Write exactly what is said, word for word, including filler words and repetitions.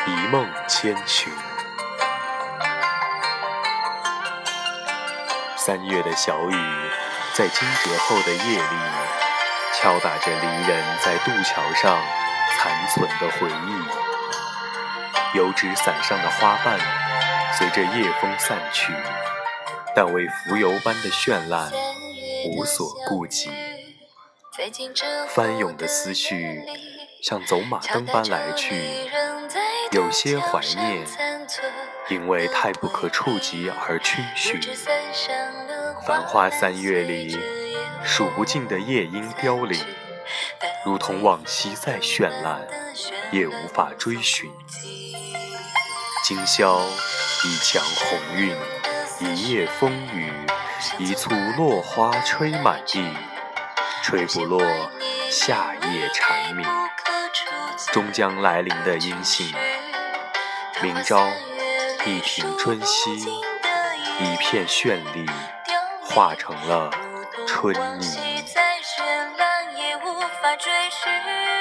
一梦千寻。三月的小雨，在惊蛰后的夜里，敲打着离人在渡桥上残存的回忆。油纸伞上的花瓣，随着夜风散去，但为浮游般的绚烂无所顾忌。翻涌的思绪像走马灯般来去，有些怀念，因为太不可触及而逡巡。繁花三月里，数不尽的夜莺凋零，如同往昔再绚烂，也无法追寻。今宵一墙红晕，一夜风雨，一簇落花吹满地，吹不落夏夜蝉鸣。终将来临的音信，明朝一庭春熙，一片绚丽化成了春泥。